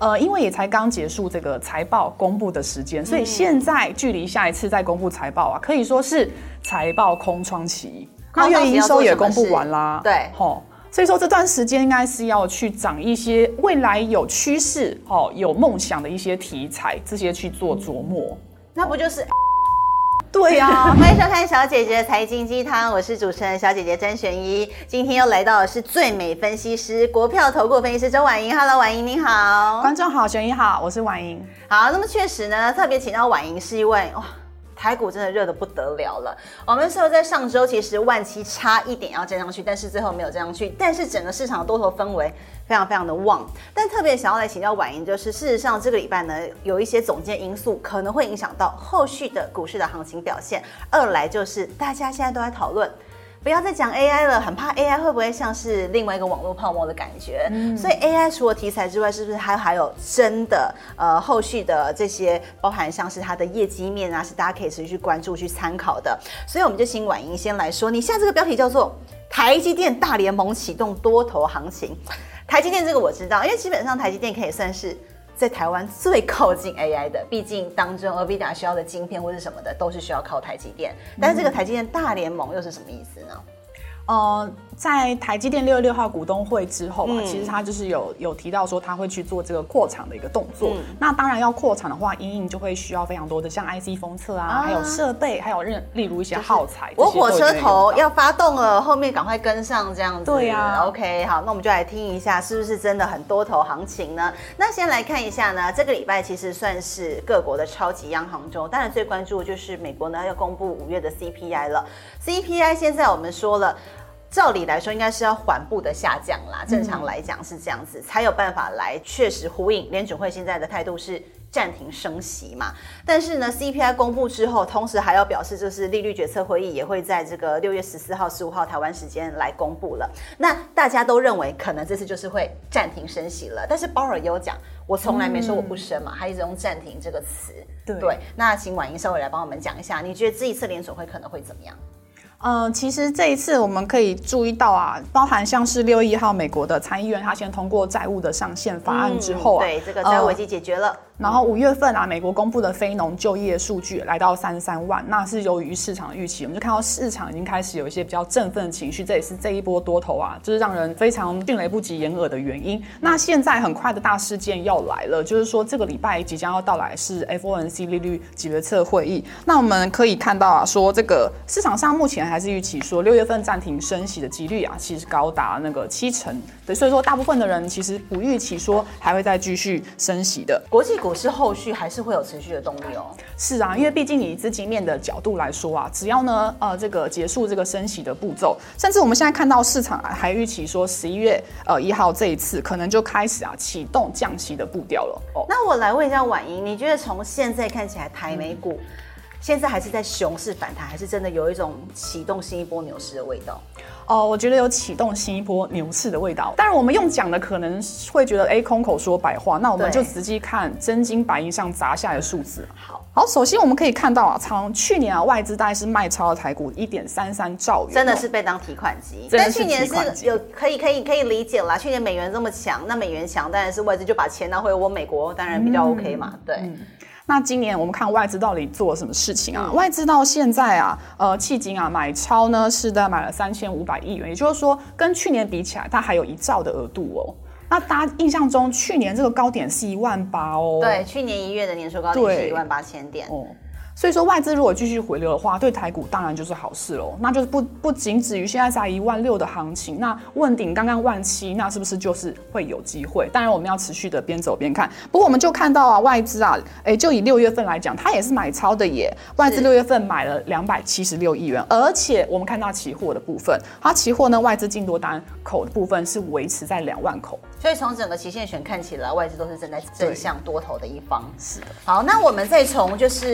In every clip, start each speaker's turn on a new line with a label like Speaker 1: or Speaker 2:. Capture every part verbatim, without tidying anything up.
Speaker 1: 呃，因为也才刚结束这个财报公布的时间，所以现在距离下一次再公布财报啊，可以说是财报空窗期。那月营收也公布完啦，
Speaker 2: 对，
Speaker 1: 吼。所以说这段时间应该是要去找一些未来有趋势、哦有梦想的一些题材，这些去做琢磨。
Speaker 2: 那不就是？
Speaker 1: 对啊，
Speaker 2: 欢迎收看小姐姐的财经鸡汤，我是主持人小姐姐詹璇依。今天又来到的是最美分析师国票投顾分析师周婉莹。Hello， 婉莹您好，
Speaker 1: 观众好，璇依好，我是婉莹。
Speaker 2: 好，那么确实呢，特别请到婉莹是一位哇。台股真的热得不得了了。我们说在上周其实万七差一点要站上去，但是最后没有站上去。但是整个市场的多头氛围非常非常的旺。但特别想要来请教婉莹，就是事实上这个礼拜呢，有一些总监因素可能会影响到后续的股市的行情表现。二来就是大家现在都在讨论。不要再讲 A I 了，很怕 A I 会不会像是另外一个网络泡沫的感觉。嗯、所以 A I 除了题材之外，是不是还还有真的呃后续的这些，包含像是它的业绩面啊，是大家可以持续关注去参考的。所以我们就请婉莹先来说，你现在这个标题叫做台积电大联盟启动多头行情。台积电这个我知道，因为基本上台积电可以算是在台湾最靠近 A I 的，毕竟当中 NVIDIA 需要的晶片或是什么的，都是需要靠台积电。但是这个台积电大联盟又是什么意思呢？
Speaker 1: 呃，在台积电六月六号股东会之后啊，嗯、其实他就是有有提到说他会去做这个扩厂的一个动作。嗯、那当然要扩厂的话，因应就会需要非常多的像 I C 封测啊，啊还有设备，还有例如一些耗材。
Speaker 2: 我火车头要发动了，后面赶快跟上这样子。
Speaker 1: 对啊
Speaker 2: ，OK， 好，那我们就来听一下，是不是真的很多头行情呢？那先来看一下呢，这个礼拜其实算是各国的超级央行中，当然最关注的就是美国呢要公布五月的 C P I 了。C P I 现在我们说了。照理来说，应该是要缓步的下降啦。正常来讲是这样子，嗯、才有办法来确实呼应联准会现在的态度是暂停升息嘛。但是呢 ，C P I 公布之后，同时还要表示，就是利率决策会议也会在这个六月十四号、十五号台湾时间来公布了。那大家都认为可能这次就是会暂停升息了。但是鲍尔也有讲，我从来没说我不升嘛，他一直用暂停这个词。
Speaker 1: 对，
Speaker 2: 对那请婉莹稍微来帮我们讲一下，你觉得这一次联准会可能会怎么样？
Speaker 1: 呃，其实这一次我们可以注意到啊，包含像是六月一号美国的参议院，他先通过债务的上限法案之后啊，
Speaker 2: 嗯、对这个债务危机解决了。呃
Speaker 1: 然后五月份啊，美国公布的非农就业数据来到三十三万，那是由于市场的预期，我们就看到市场已经开始有一些比较振奋的情绪，这也是这一波多头啊，就是让人非常迅雷不及掩耳的原因。那现在很快的大事件要来了，就是说这个礼拜即将要到来是 F O M C 利率决策会议。那我们可以看到啊，说这个市场上目前还是预期说六月份暂停升息的几率啊，其实高达那个七成。对，所以说大部分的人其实不预期说还会再继续升息的。
Speaker 2: 国际股市后续还是会有持续的动力哦。
Speaker 1: 是啊，因为毕竟以资金面的角度来说啊，只要呢呃这个结束这个升息的步骤，甚至我们现在看到市场还预期说十一月呃一号这一次可能就开始啊启动降息的步调了。哦，
Speaker 2: 那我来问一下婉莹，你觉得从现在看起来台美股？嗯现在还是在熊市反弹，还是真的有一种启动新一波牛市的味道？
Speaker 1: 哦，我觉得有启动新一波牛市的味道。当然，我们用讲的可能会觉得，哎，空口说白话。那我们就实际看真金白银上砸下来的数字。
Speaker 2: 好，
Speaker 1: 好，首先我们可以看到啊，从去年啊，外资大概是卖超了台股一点三三兆元，
Speaker 2: 真的是被当提款机。但去年是有可以可以可以理解啦，去年美元这么强，那美元强当然是外资就把钱拿回我美国，当然比较 OK 嘛，嗯、对。嗯
Speaker 1: 那今年我们看外资到底做了什么事情啊？嗯、外资到现在啊，呃，迄今啊买超呢是的买了三千五百亿元，也就是说跟去年比起来，它还有一兆的额度哦。那大家印象中去年这个高点是一万八哦，
Speaker 2: 对，去年一月的年初高点是一万八千点哦。
Speaker 1: 所以说外资如果继续回流的话，对台股当然就是好事喽。那就是不不仅止于现在才一万六的行情，那问鼎刚刚万七，那是不是就是会有机会？当然我们要持续的边走边看。不过我们就看到啊，外资啊，哎，就以六月份来讲，它也是买超的耶。外资六月份买了两百七十六亿元，而且我们看到期货的部分，它期货呢外资净多单口的部分是维持在两万口。
Speaker 2: 所以从整个期限选看起来，外资都是正在正向多头的一方。
Speaker 1: 是的。
Speaker 2: 好，那我们再从就是分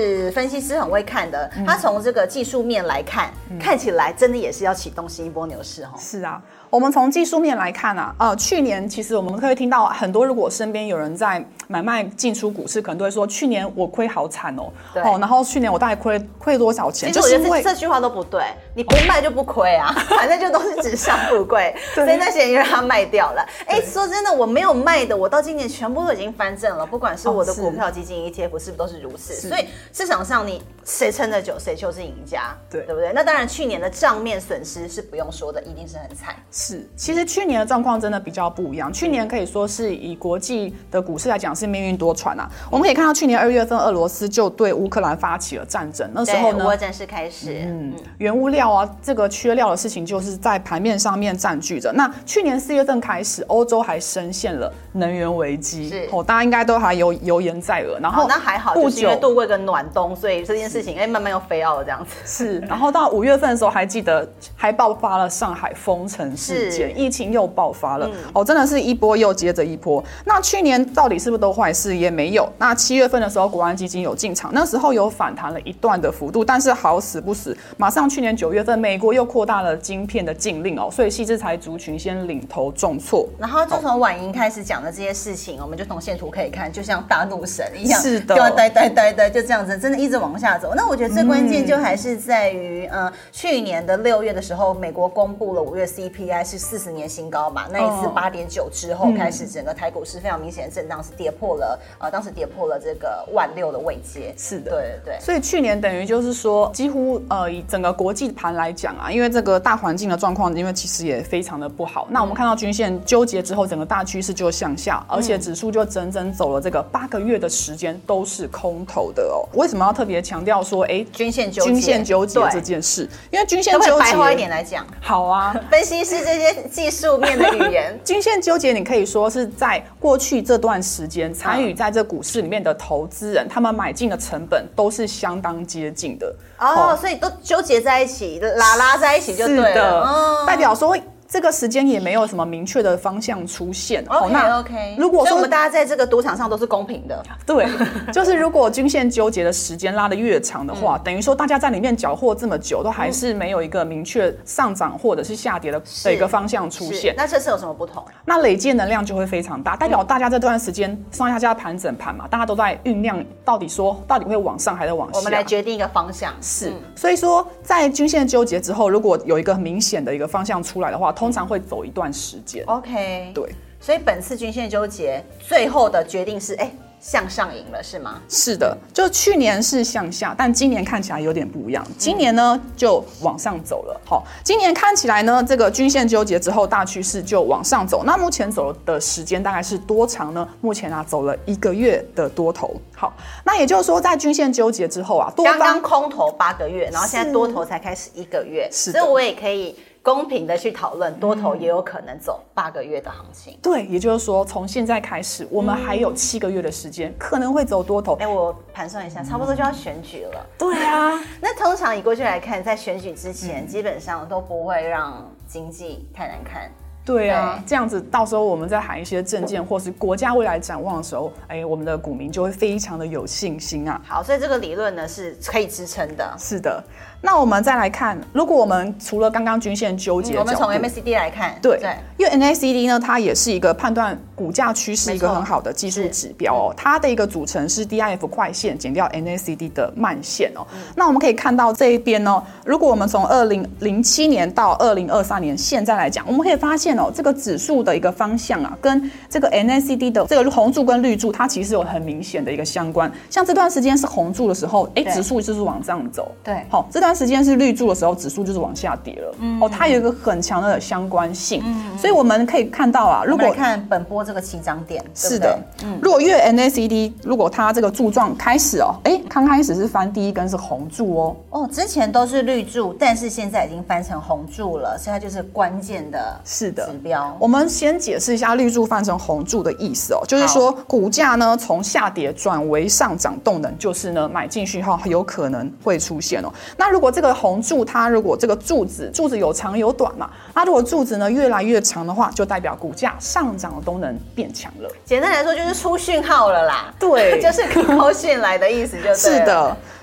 Speaker 2: 分析师很会看的，嗯、他从这个技术面来看，嗯、看起来真的也是要启动新一波牛市哈。
Speaker 1: 是啊。我们从技术面来看啊，呃，去年其实我们可以听到很多，如果身边有人在买卖进出股市，可能都会说，去年我亏好惨哦，哦，然后去年我大概亏亏多少钱？
Speaker 2: 其实我觉得这句话都不对，你不卖就不亏啊，反正就都是纸上富贵，所以那些人就让他卖掉了。哎，说真的，我没有卖的，我到今年全部都已经翻正了，不管是我的股票、基金、E T F， 是不是都是如此？所以市场上你谁撑得久，谁就是赢家，对对不对？那当然，去年的账面损失是不用说的，一定是很惨。
Speaker 1: 是，其实去年的状况真的比较不一样。去年可以说是以国际的股市来讲是命运多舛啊。我们可以看到去年二月份，俄罗斯就对乌克兰发起了战争，那时候呢，
Speaker 2: 俄乌战事开始，
Speaker 1: 嗯，原物料啊，这个缺料的事情就是在盘面上面占据着。那去年四月份开始，欧洲还深陷了能源危机，是哦，大家应该都还有油盐在耳。然后、
Speaker 2: 哦、那还好，就是因为度过一个暖冬，所以这件事情哎、欸、慢慢又飞out了这样子。
Speaker 1: 是，然后到五月份的时候，还记得还爆发了上海封城事件，疫情又爆发了、嗯、哦，真的是一波又接着一波。那去年到底是不是都坏事？也没有。那七月份的时候，国安基金有进场，那时候有反弹了一段的幅度，但是好死不死，马上去年九月份，美国又扩大了晶片的禁令哦，所以矽智财族群先领头重挫。
Speaker 2: 然后就从婉莹开始讲的这些事情，我们就从线图可以看，就像大怒神一样，
Speaker 1: 是的，
Speaker 2: 就对对对对，就这样子，真的一直往下走。那我觉得最关键就还是在于，嗯、呃，去年的六月的时候，美国公布了五月 C P I 是四十年新高嘛，那一次八点九之后，开始整个台股是非常明显的震荡，是跌破了，呃，当时跌破了这个万六的位阶。
Speaker 1: 是的，
Speaker 2: 对对对。
Speaker 1: 所以去年等于就是说，几乎呃以整个国际盘来讲啊，因为这个大环境的状况，因为其实也非常的不好。那我们看到均线纠结之后，整个大趋势就向下，而且指数就整整走了这个八个月的时间都是空头的哦。为什么要特别强调说，哎，
Speaker 2: 均线纠结
Speaker 1: 均线纠结这件事？因为均线纠结，
Speaker 2: 白话一点来讲，
Speaker 1: 好啊，
Speaker 2: 分析师这些技术面的语言，
Speaker 1: 均线纠结，你可以说是在过去这段时间参与在这股市里面的投资人，他们买进的成本都是相当接近的
Speaker 2: 哦，哦所以都纠结在一起，拉拉在一起就对了，是的
Speaker 1: 哦、代表说。这个时间也没有什么明确的方向出现。
Speaker 2: OK、哦、那 OK， 如果说我们大家在这个赌场上都是公平的，
Speaker 1: 对，就是如果均线纠结的时间拉得越长的话，嗯、等于说大家在里面缴获这么久，都还是没有一个明确上涨或者是下跌 的, 的一个方向出现。
Speaker 2: 那这次有什么不同？
Speaker 1: 那累积能量就会非常大，代表大家这段时间上下家盘整盘嘛，大家都在酝酿，到底说到底会往上还是往下？
Speaker 2: 我们来决定一个方向。
Speaker 1: 是，嗯、所以说在均线纠结之后，如果有一个明显的一个方向出来的话，通常会走一段时间。
Speaker 2: OK，
Speaker 1: 对，
Speaker 2: 所以本次均线纠结最后的决定是，哎、欸，向上赢了是吗？
Speaker 1: 是的，就去年是向下，但今年看起来有点不一样。今年呢就往上走了。好，今年看起来呢，这个均线纠结之后，大趋势就往上走。那目前走的时间大概是多长呢？目前啊走了一个月的多头。好，那也就是说，在均线纠结之后啊，多方
Speaker 2: 刚刚空头八个月，然后现在多头才开始一个月，所以我也可以公平的去讨论，多头也有可能走八个月的行情。
Speaker 1: 对，也就是说，从现在开始，我们还有七个月的时间，可能会走多头。
Speaker 2: 哎、欸，我盘算一下，差不多就要选举了。
Speaker 1: 对啊，
Speaker 2: 那通常以过去来看，在选举之前，嗯、基本上都不会让经济太难看。
Speaker 1: 对啊，这样子到时候我们在喊一些政见或是国家未来展望的时候，哎，我们的股民就会非常的有信心啊。
Speaker 2: 好，所以这个理论呢是可以支撑的。
Speaker 1: 是的，那我们再来看，如果我们除了刚刚均线纠结、嗯，
Speaker 2: 我们从 M A C D 来看，
Speaker 1: 对，对因为 M A C D 呢，它也是一个判断股价趋势一个很好的技术指标哦。它的一个组成是 D I F 快线减掉 M A C D 的慢线哦。嗯、那我们可以看到这一边呢，如果我们从二零零七年到二零二三年现在来讲，我们可以发现哦，这个指数的一个方向啊，跟这个 M A C D 的这个红柱跟绿柱，它其实有很明显的一个相关。像这段时间是红柱的时候，哎，指数就是往上走。
Speaker 2: 对，
Speaker 1: 好，这段时间是绿柱的时候，指数就是往下跌了。嗯，哦，它有一个很强的相关性。嗯，所以我们可以看到啊，如果
Speaker 2: 我们来看本波这个起涨点，
Speaker 1: 是的，嗯，如果月 M A C D 如果它这个柱状开始哦，哎，刚开始是翻第一根是红柱哦。
Speaker 2: 哦，之前都是绿柱，但是现在已经翻成红柱了，所以它就是关键的
Speaker 1: 是的
Speaker 2: 指标。
Speaker 1: 我们先解释一下绿柱翻成红柱的意思哦，就是说股价呢从下跌转为上涨动能，就是呢买进讯号有可能会出现哦。那如果这个红柱它如果这个柱子柱子有长有短嘛，那如果柱子呢越来越长的话，就代表股价上涨的动能变强了。
Speaker 2: 简单来说就是出讯号了啦，
Speaker 1: 对，
Speaker 2: 就是高讯来的意思就对了。
Speaker 1: 是的。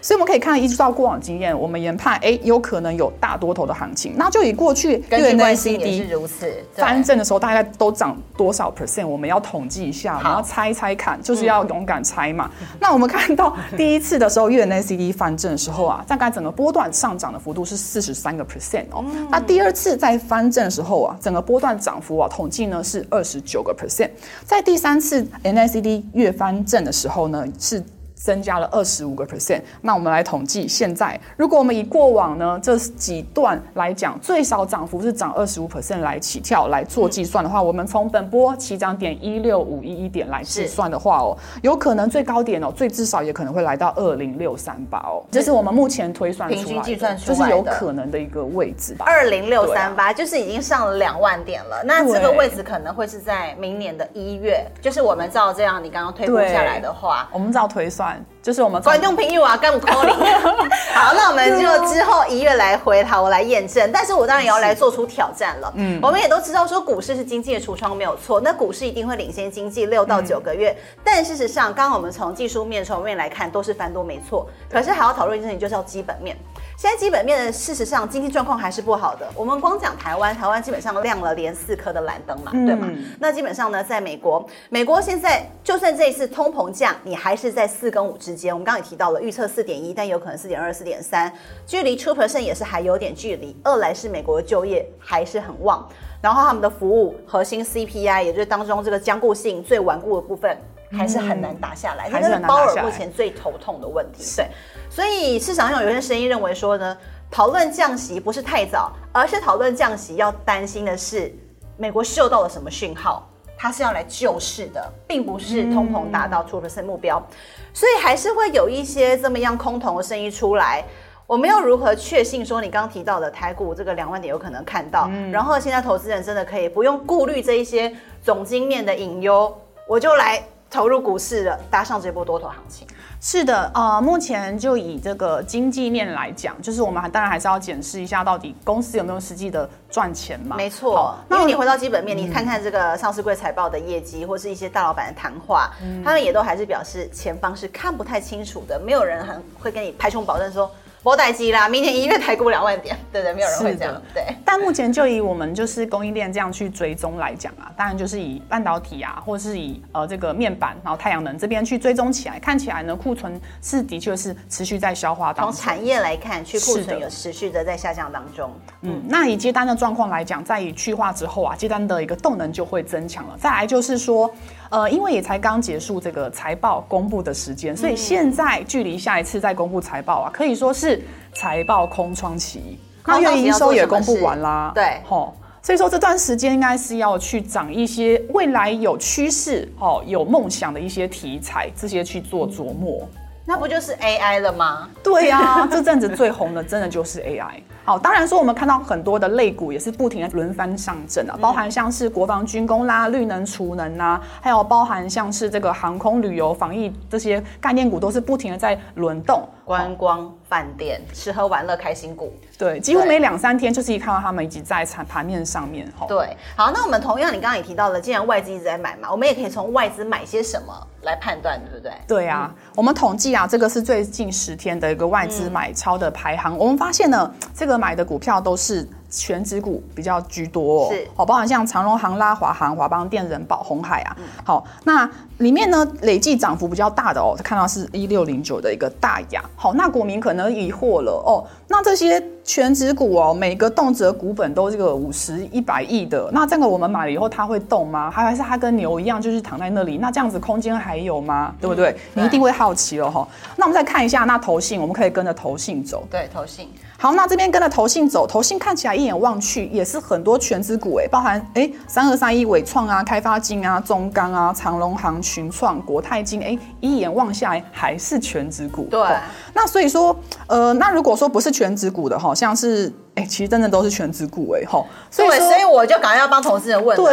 Speaker 1: 所以我们可以看依照过往经验，我们研判，哎，有可能有大多头的行情。那就以过去
Speaker 2: 根据惯性也是如此，
Speaker 1: 翻正的时候大概都涨多少 percent， 我们要统计一下，我们要猜一猜看，就是要勇敢猜嘛。嗯、那我们看到第一次的时候，月 N A C D 翻正的时候啊，大概整个波段上涨的幅度是四十三个 percent 哦。嗯、那第二次在翻正的时候啊，整个波段涨幅啊，统计呢是二十九个 percent。在第三次 N A C D 月翻正的时候呢，是增加了二十五个 percent。那我们来统计，现在如果我们以过往呢这几段来讲，最少涨幅是涨二十五 percent 来起跳来做计算的话，嗯、我们从本波起涨点一六五一一点来计算的话哦，有可能最高点哦，最至少也可能会来到二零六三八哦，这是我们目前推算出来的，
Speaker 2: 平均计算出来的，
Speaker 1: 就是有可能的一个位置吧。
Speaker 2: 二零六三八就是已经上了两万点了，那这个位置可能会是在明年的一月，就是我们照这样你刚刚推估下来的话，
Speaker 1: 我们照推算。就是我们
Speaker 2: 观众朋友啊，干不扣你。好，那我们就之后一月来回头来验证，但是我当然也要来做出挑战了。嗯，我们也都知道说股市是经济的橱窗没有错，那股市一定会领先经济六到九个月。嗯、但事实上，刚刚我们从技术面、筹面来看，都是翻多没错。可是还要讨论一件事情，就是要基本面。现在基本面的事实上，经济状况还是不好的。我们光讲台湾，台湾基本上亮了连四颗的蓝灯嘛，嗯、对吗？那基本上呢，在美国，美国现在就算这一次通膨降，你还是在四跟五之间。我们刚刚也提到了，预测四点一，但有可能四点二、四点三，距离 two percent 也是还有点距离。二来是美国的就业还是很旺，然后他们的服务核心 C P I， 也就是当中这个僵固性最顽固的部分，还是很难打下来。嗯、这是鲍尔目前最头痛的问题。对。所以市场上有些声音认为说呢，讨论降息不是太早，而是讨论降息要担心的是美国嗅到了什么讯号，它是要来救市的，并不是通膨达到 two percent 目标，所以还是会有一些这么样空头的声音出来。我们要如何确信说你刚刚提到的台股这个两万点有可能看到，嗯、然后现在投资人真的可以不用顾虑这一些总经面的隐忧，我就来投入股市了，搭上这波多头行情。
Speaker 1: 是的，呃，目前就以这个经济面来讲，就是我们当然还是要检视一下，到底公司有没有实际的赚钱嘛？
Speaker 2: 没错，因为你回到基本面，嗯、你看看这个上市柜财报的业绩，或是一些大老板的谈话，嗯、他们也都还是表示前方是看不太清楚的，没有人很会跟你拍胸保证说。没代誌啦，明年一月台股两万点，对对，没有人会这样。对，
Speaker 1: 但目前就以我们就是供应链这样去追踪来讲啊，当然就是以半导体啊，或是以呃这个面板，然后太阳能这边去追踪起来，看起来呢库存是的确是持续在消化当中。
Speaker 2: 从产业来看，去库存有持续的在下降当中。
Speaker 1: 嗯，那以接单的状况来讲，在以去化之后啊，接单的一个动能就会增强了。再来就是说。呃，因为也才刚结束这个财报公布的时间，所以现在距离下一次再公布财报啊，可以说是财报空窗期。那月营收也公布完啦，
Speaker 2: 对，
Speaker 1: 吼，所以说这段时间应该是要去找一些未来有趋势、哦有梦想的一些题材，这些去做琢磨。
Speaker 2: 那不就是 A I 了吗？
Speaker 1: 对啊，这阵子最红的真的就是 A I。好，当然说我们看到很多的类股也是不停的轮番上阵啊，包含像是国防军工啦、绿能储能啊，还有包含像是这个航空旅游、防疫这些概念股都是不停的在轮动。
Speaker 2: 观光、饭店、吃喝玩乐、开心股，
Speaker 1: 对，几乎每两三天就是一看到他们一直在盘面上面。
Speaker 2: 对，好，那我们同样你刚刚也提到了，既然外资一直在买嘛，我们也可以从外资买些什么来判断，对不对？
Speaker 1: 对啊，嗯、我们统计啊，这个是最近十天的一个外资买超的排行，嗯、我们发现呢，这个买的股票都是全指股比较居多哦，是，好，包含像长荣航、啦、华航、华邦电、人保、鸿海啊，嗯、好，那里面呢累计涨幅比较大的哦，看到是一六零九的一个大雅，好，那股民可能疑惑了哦，那这些全指股哦，每个动辄股本都这个五十、一百亿的，那这个我们买了以后它会动吗？还是它跟牛一样就是躺在那里？那这样子空间还有吗？对不对？嗯、对，你一定会好奇了哈。那我们再看一下那投信，我们可以跟着投信走。
Speaker 2: 对，投信。
Speaker 1: 好，那这边跟着投信走，投信看起来一眼望去也是很多全指股哎，包含哎三二三一伟创啊、开发金啊、中钢啊、长荣航、群创、国泰金，哎一眼望下来还是全指股。
Speaker 2: 对、哦，
Speaker 1: 那所以说呃，那如果说不是全指股的哈，像是哎其实真的都是全指股哎哈，
Speaker 2: 所以所以我就赶快要帮投资人问了，
Speaker 1: 对，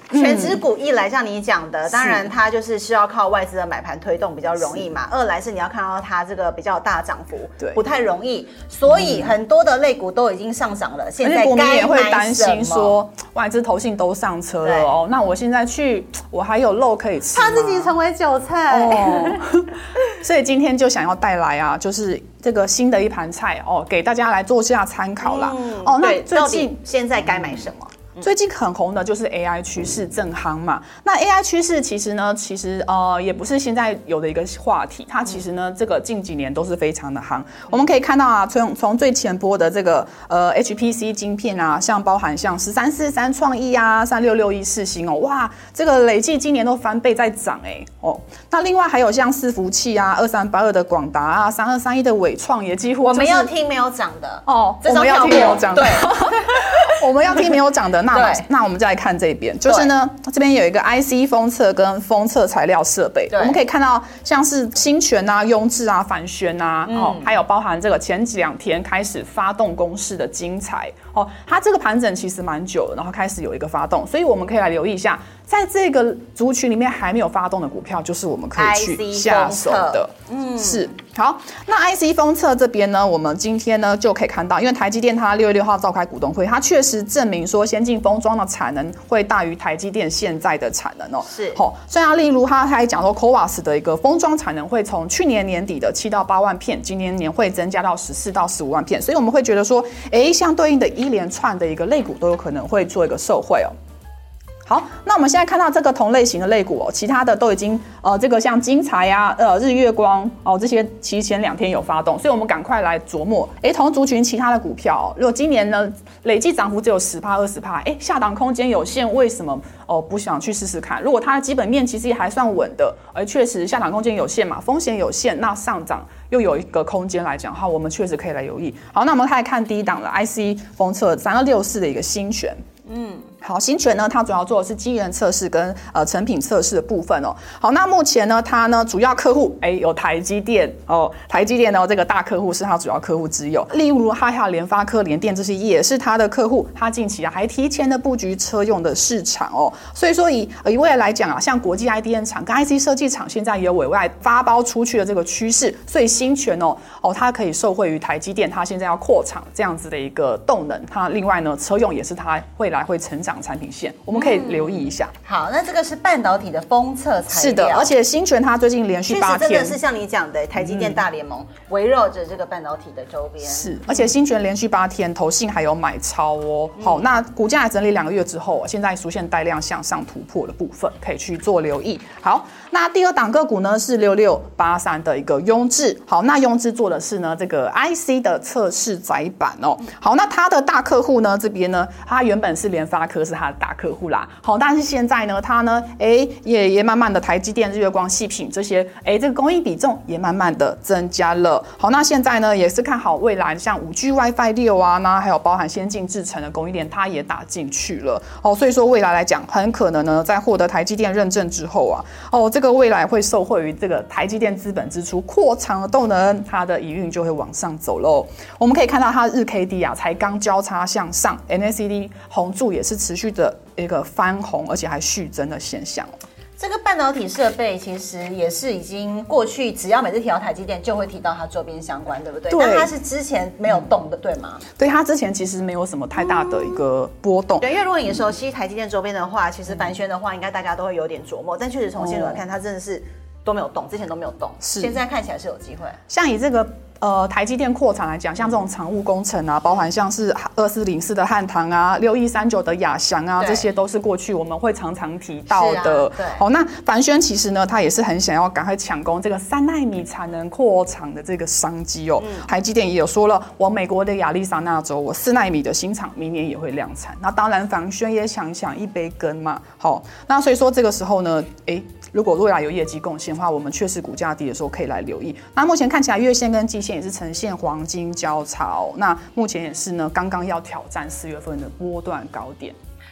Speaker 2: 全指股一来像你讲的，当然它就是需要靠外资的买盘推动比较容易嘛。二来是你要看到它这个比较大涨幅，对，不太容易。所以很多的类股都已经上涨了，现在
Speaker 1: 股民也会
Speaker 2: 该
Speaker 1: 担心说，外资投信都上车了哦，那我现在去，我还有肉可以吃吗？
Speaker 2: 怕自己成为韭菜。哦，
Speaker 1: 所以今天就想要带来啊，就是这个新的一盘菜哦，给大家来做下参考啦。嗯、哦，那最近
Speaker 2: 现在该买什么？
Speaker 1: 最近很红的就是 A I 趋势正夯嘛。那 A I 趋势其实呢，其实呃也不是现在有的一个话题，它其实呢这个近几年都是非常的夯。我们可以看到啊，从从最前波的这个呃 H P C 晶片啊，像包含像十三四三创意啊、三六六一世芯哦，哇，这个累计今年都翻倍在涨哎、欸、哦。那另外还有像伺服器啊，二三八二的广达啊，三二三一的伟创也几乎、就是、
Speaker 2: 我们要听没有涨的
Speaker 1: 哦，我们要听没有涨的，
Speaker 2: 对，
Speaker 1: 我们要听没有涨的。那那我们再来看这边，就是呢，这边有一个 I C 封测跟封测材料设备，我们可以看到像是新泉啊、雍智啊、凡轩啊，嗯、哦，还有包含这个前几两天开始发动攻势的精材，哦，它这个盘整其实蛮久了，然后开始有一个发动，所以我们可以来留意一下，在这个族群里面还没有发动的股票，就是我们可以去下手的。嗯，是。好，那 I C 封测这边呢，我们今天呢就可以看到，因为台积电它六月六号召开股东会，它确实证明说先进封装的产能会大于台积电现在的产能哦。是。好、哦，所以它例如它还讲说 C O V A S 的一个封装产能会从去年年底的七到八万片，今年年会增加到十四到十五万片，所以我们会觉得说，哎，相对应的一连串的一个类股都有可能会做一个受惠哦。好，那我们现在看到这个同类型的类股哦，其他的都已经呃，这个像精材啊、呃日月光哦这些，其实前两天有发动，所以我们赶快来琢磨，哎，同族群其他的股票、哦，如果今年呢累计涨幅只有十趴、二十趴，哎，下档空间有限，为什么哦不想去试试看？如果它的基本面其实也还算稳的，而确实下档空间有限嘛，风险有限，那上涨又有一个空间来讲，好，我们确实可以来留意。好，那我们来看第一档的 I C 封测三二六四的一个新权，嗯。好，新权呢，它主要做的是机缘测试跟呃成品测试的部分哦。好，那目前呢，它呢主要客户哎有台积电哦，台积电呢这个大客户是它主要客户之一。例如它还有联发科、联电这些也是它的客户，它近期啊还提前的布局车用的市场哦。所以说以以未来来讲啊，像国际 I D M 厂跟 I C 设计厂现在也有委外发包出去的这个趋势，所以新权哦哦它可以受惠于台积电，它现在要扩厂这样子的一个动能。它另外呢车用也是它未来会成长产品线，我们可以留意一下。
Speaker 2: 嗯、好，那这个是半导体的封测材料，
Speaker 1: 是的，而且新权它最近连续八天，
Speaker 2: 真的是像你讲的台积电大联盟围绕着这个半导体的周边，
Speaker 1: 是，而且新权连续八天，投信还有买超哦。嗯、好，那股价整理两个月之后，现在出现带量向上突破的部分，可以去做留意。好，那第二档个股呢是六六八三的一个雍智，好，那雍智做的是呢这个 I C 的测试载板哦。好，那它的大客户呢这边呢，它原本是联发科是它的大客户啦，好，但是现在呢，它呢，哎，也也慢慢的台积电、日月光、细品这些，哎，这个供应比重也慢慢的增加了。好，那现在呢，也是看好未来像五 G WiFi 六啊，那还有包含先进制程的供应链，它也打进去了。哦，所以说未来来讲，很可能呢，在获得台积电认证之后啊，哦，这个未来会受惠于这个台积电资本支出扩厂的动能，它的营运就会往上走喽。我们可以看到它日 K D 啊，才刚交叉向上 ，N A C D 红柱也是持续的一个翻红，而且还续增的现象。
Speaker 2: 这个半导体设备其实也是已经过去，只要每次提到台积电，就会提到它周边相关，对不对？对。但它是之前没有动的，对吗？
Speaker 1: 对，它之前其实没有什么太大的一个波动。
Speaker 2: 嗯、对，因为如果你熟悉台积电周边的话，其实凡轩的话，应该大家都会有点琢磨。但确实从现在来看，它真的是都没有动，之前都没有动，是现在看起来是有机会。
Speaker 1: 像以这个。呃，台积电扩产来讲，像这种常务工程啊，包含像是二四零四的汉唐啊，六一三九的亚翔啊，这些都是过去我们会常常提到的。
Speaker 2: 啊、
Speaker 1: 好，那凡轩其实呢，他也是很想要赶快抢攻这个三奈米产能扩厂的这个商机哦。嗯、台积电也有说了，我美国的亚利桑那州，我四奈米的新厂明年也会量产。那当然，凡轩也想抢一杯羹嘛。好，那所以说这个时候呢，哎。如果未来有业绩贡献的话，我们确实股价低的时候可以来留意。那目前看起来月线跟季线也是呈现黄金交叉哦。那目前也是呢，刚刚要挑战四月份的波段高点。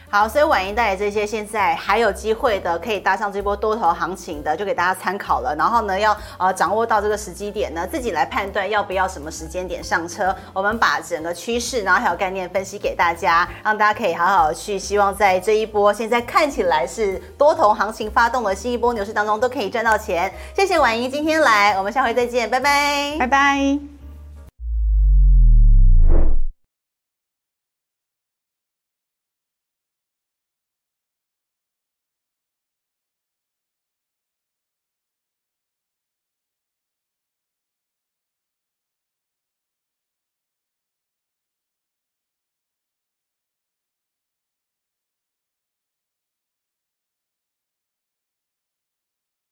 Speaker 2: 好，所以婉莹带来这些现在还有机会的，可以搭上这波多头行情的，就给大家参考了。然后呢，要呃掌握到这个时机点呢，自己来判断要不要什么时间点上车。我们把整个趋势，然后还有概念分析给大家，让大家可以好好去，希望在这一波现在看起来是多头行情发动的新一波牛市当中，都可以赚到钱。谢谢婉莹今天来，我们下回再见，拜拜，
Speaker 1: 拜拜。